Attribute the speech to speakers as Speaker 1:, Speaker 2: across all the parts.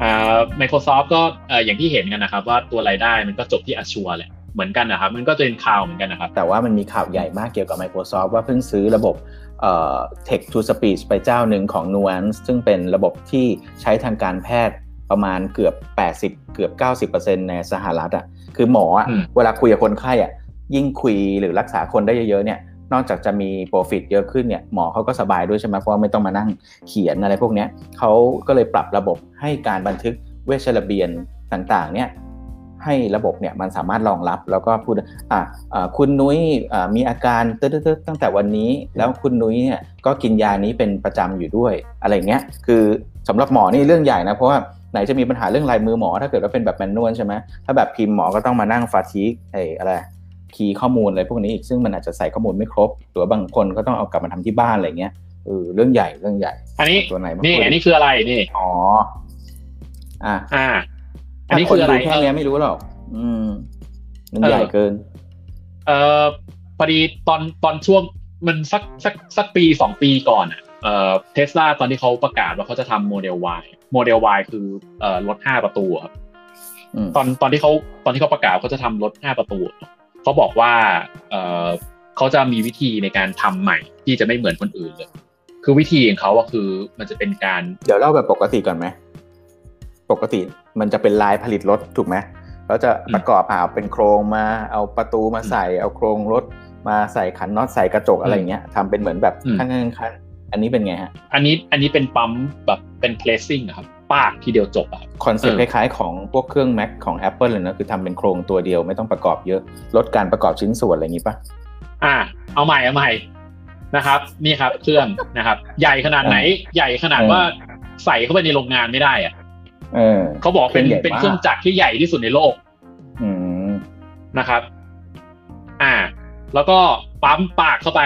Speaker 1: Microsoft ก็อย่างที่เห็นกันนะครับว่าตัวรายได้มันก็จบที่ Azure แหละเหมือนกันนะครับมันก็จะเป็นคลาวด์เหมือนกันนะครับ
Speaker 2: แต่ว่ามันมีข่าวใหญ่มากเกี่ยวกับ Microsoft ว่าเพิ่งซื้อระบบText to Speech ไปเจ้าหนึ่งของ Nuance ซึ่งเป็นระบบที่ใช้ทางการแพทย์ประมาณเกือบ80เกือบ 90% ในสหรัฐอ่ะคือหมออ่ะเวลาคุยกับคนไข้อ่ะยิ่งคุยหรือรักษาคนได้เยอะๆเนี่ยนอกจากจะมี profit เยอะขึ้นเนี่ยหมอเขาก็สบายด้วยใช่ไหมเพราะว่าไม่ต้องมานั่งเขียนอะไรพวกเนี้ยเขาก็เลยปรับระบบให้การบันทึกเวชระเบียนต่างๆเนี่ยให้ระบบเนี่ยมันสามารถรองรับแล้วก็พูดคุณนุ้ยมีอาการตั้งแต่วันนี้แล้วคุณนุ้ยเนี่ยก็กินยานี้เป็นประจำอยู่ด้วยอะไรเงี้ยคือสำหรับหมอนี่เรื่องใหญ่นะเพราะว่าไหนจะมีปัญหาเรื่องลายมือหมอถ้าเกิดว่าเป็นแบบแมนนวลใช่ไหมถ้าแบบพิมพ์หมอก็ต้องมานั่งฟาทิกอะไรคีย์ข้อมูลอะไรพวกนี้อีกซึ่งมันอาจจะใส่ข้อมูลไม่ครบหรือว่าบางคนก็ต้องเอากลับมาทำที่บ้านอะไรเงี้ยเรื่องใหญ่
Speaker 1: อันนี้
Speaker 2: ตัวไหน
Speaker 1: นี่อันนี้คืออะไรนี่
Speaker 2: อันนี้คืออะไรแค่นี้ไม่รู้หรอกมันใหญ่เกิน
Speaker 1: พอดีตอนช่วงมันสักปี2ปีก่อนTesla ตอนที่เขาประกาศว่าเขาจะทำโมเดล Yคือรถ5ประตูครับตอนที่เขาประกาศเขาจะทำรถ5ประตูเขาบอกว่าเขาจะมีวิธีในการทำใหม่ที่จะไม่เหมือนคนอื่นเลยคือวิธีของเขาคือมันจะเป็นการ
Speaker 2: เดี๋ยวเล่าแบบปกติก่อนไหมปกติมันจะเป็นลายผลิตรถถูกไหมแล้วจะประกอบเป็นโครงมาเอาประตูมาใส่เอาโครงรถมาใส่ขันน็อตใส่กระจกอะไรเงี้ยทำเป็นเหมือนแบบขั้นอันนี้เป็นไงฮะ
Speaker 1: อันนี้เป็นปั๊มแบบเป็น placing ครับปากทีเดียวจบครับ
Speaker 2: คอนเซ็ปต์คล้ายๆของพวกเครื่อง Mac ของ Apple เลยนะคือทำเป็นโครงตัวเดียวไม่ต้องประกอบเยอะลดการประกอบชิ้นส่วนอะไรอย่างนี้ป่ะ
Speaker 1: เอาใหม่นะครับนี่ครับเครื่องนะครับใหญ่ขนาดไหนใหญ่ขนาดว่าใส่เข้าไปในโรงงานไม่ได้เขาบอกเป็นเครื่องจักรที่ใหญ่ที่สุดในโลกนะครับแล้วก็ปั๊มปากเข้าไป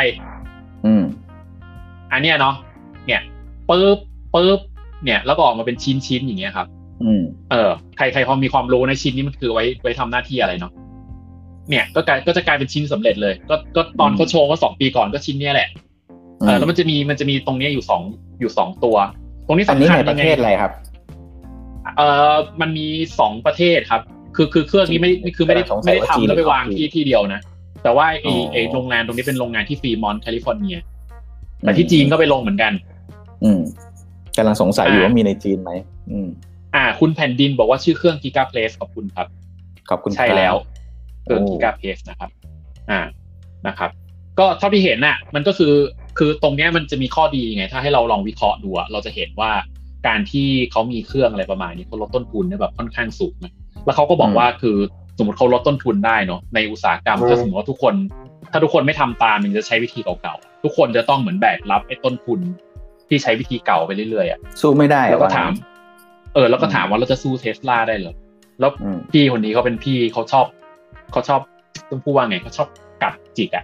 Speaker 1: อันเนี้ยเนาะเนี่ยปึ๊บเนี่ยแล้วก็ออกมาเป็นชิ้นอย่างเงี้ยครับใครพอมีความรู้ในชิ้นนี้มันคือไว้ทำหน้าที่อะไรเนาะเนี่ยก็จะกลายเป็นชิ้นสำเร็จเลยก็ตอนเขาโชว์ว่า2ปีก่อนก็ชิ้นเนี้ยแหละแล้วมันจะมีตรงนี้อยู่2ตัวตรงนี้สำคัญ
Speaker 2: ในประเทศอะไรครับ
Speaker 1: มันมี2ประเทศครับคือเครื่องนี้ไม่ได้ทำแล้วไปวางที่เดียวนะแต่ว่าไอ้โรงงานตรงนี้เป็นโรงงานที่ฟรีมอนต์แคลิฟอร์เนียแต่ที่จีนก็ไปลงเหมือนกัน
Speaker 2: กำลังสงสัยอยู่ว่ามีในจีนไหม
Speaker 1: คุณแผ่นดินบอกว่าชื่อเครื่อง Giga Place ขอบคุณครับ
Speaker 2: ขอบคุณ
Speaker 1: ใช่แล้วเครื่อง Giga Place นะครับนะครับก็เท่าที่เห็นน่ะมันก็คือตรงเนี้ยมันจะมีข้อดีไงถ้าให้เราลองวิเคราะห์ดูเราจะเห็นว่าการที่เขามีเครื่องอะไรประมาณนี้เขาลดต้นทุนได้แบบค่อนข้างสูงนะแล้วเขาก็บอกว่าคือสมมติเขาลดต้นทุนได้เนาะในอุตสาหกรรมถ้าสมมติว่าทุกคนไม่ทำตามมันจะใช้วิธีเก่าๆทุกคนจะต้องเหมือนแบกรับไอ้ต้นทุนที่ใช้วิธีเก่าไปเรื่อยๆ
Speaker 2: สู้ไม่ได้
Speaker 1: แล้วก็ถามแล้วก็ถามว่าเราจะสู้ Tesla ได้เหรอแล้วพี่คนนี้เขาเป็นพี่เขาชอบต้องพูดว่าไงเขาชอบกัดจิก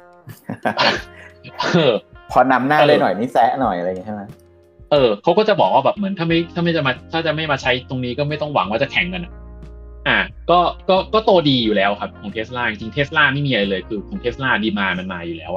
Speaker 2: พอนำหน้าได้หน่อยนี่แซะหน่อยอะไรอย่างเงี้ยใช่ไหม
Speaker 1: เขาก็จะบอกว่าแบบเหมือนถ้าจะไม่มาใช้ตรงนี้ก็ไม่ต้องหวังว่าจะแข่งกันก็โตดีอยู่แล้วครับของ Tesla จริงๆ Tesla ไม่มีอะไรเลยคือของ Tesla ดีมานด์มันมาอยู่แล้ว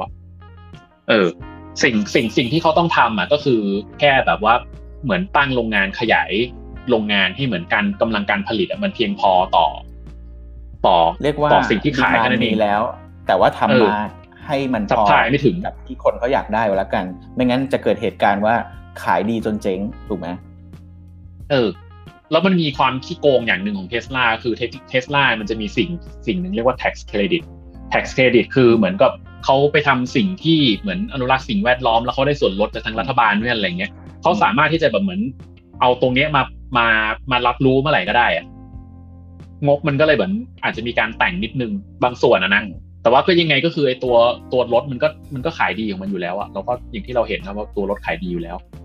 Speaker 1: สิ่งที่เขาต้องทำก็คือแค่แบบว่าเหมือนตั้งโรงงานขยายโรงงานให้เหมือนกันกำลังการผลิตมันเพียงพอต่อ
Speaker 2: เรียกว่า
Speaker 1: ต่อสิ่งที่ขายกัน
Speaker 2: นี้แล้วแต่ว่าทำมาให้มันพอ
Speaker 1: ไม่ถึง
Speaker 2: กับที่คนเขาอยากได้แล้วกันไม่งั้นจะเกิดเหตุการณ์ว่าขายดีจนเจ๊งถูกไหม
Speaker 1: แล้วมันมีความขี้โกงอย่างหนึ่งของ Tesla คือ Tesla มันจะมีสิ่งหนึ่งเรียกว่า tax credit คือเหมือนกับเขาไปทำสิ่งที่เหมือนอนุรักษ์สิ่งแวดล้อมแล้วเขาได้ส่วนลดจากทางรัฐบาลด้วยอะไรเงี้ยเขาสามารถที่จะแบบเหมือนเอาตรงนี้มารับรู้เมื่อไหร่ก็ได้งบมันก็เลยเหมือนอาจจะมีการแต่งนิดนึงบางส่วนนะแต่ว่าก็ยังไงก็คือไอ้ตัวรถมันก็ขายดีของมันอยู่แล้วแล้วก็อย่างที่เราเห็นนะว่าตัวรถขายดีอยู่แล้ว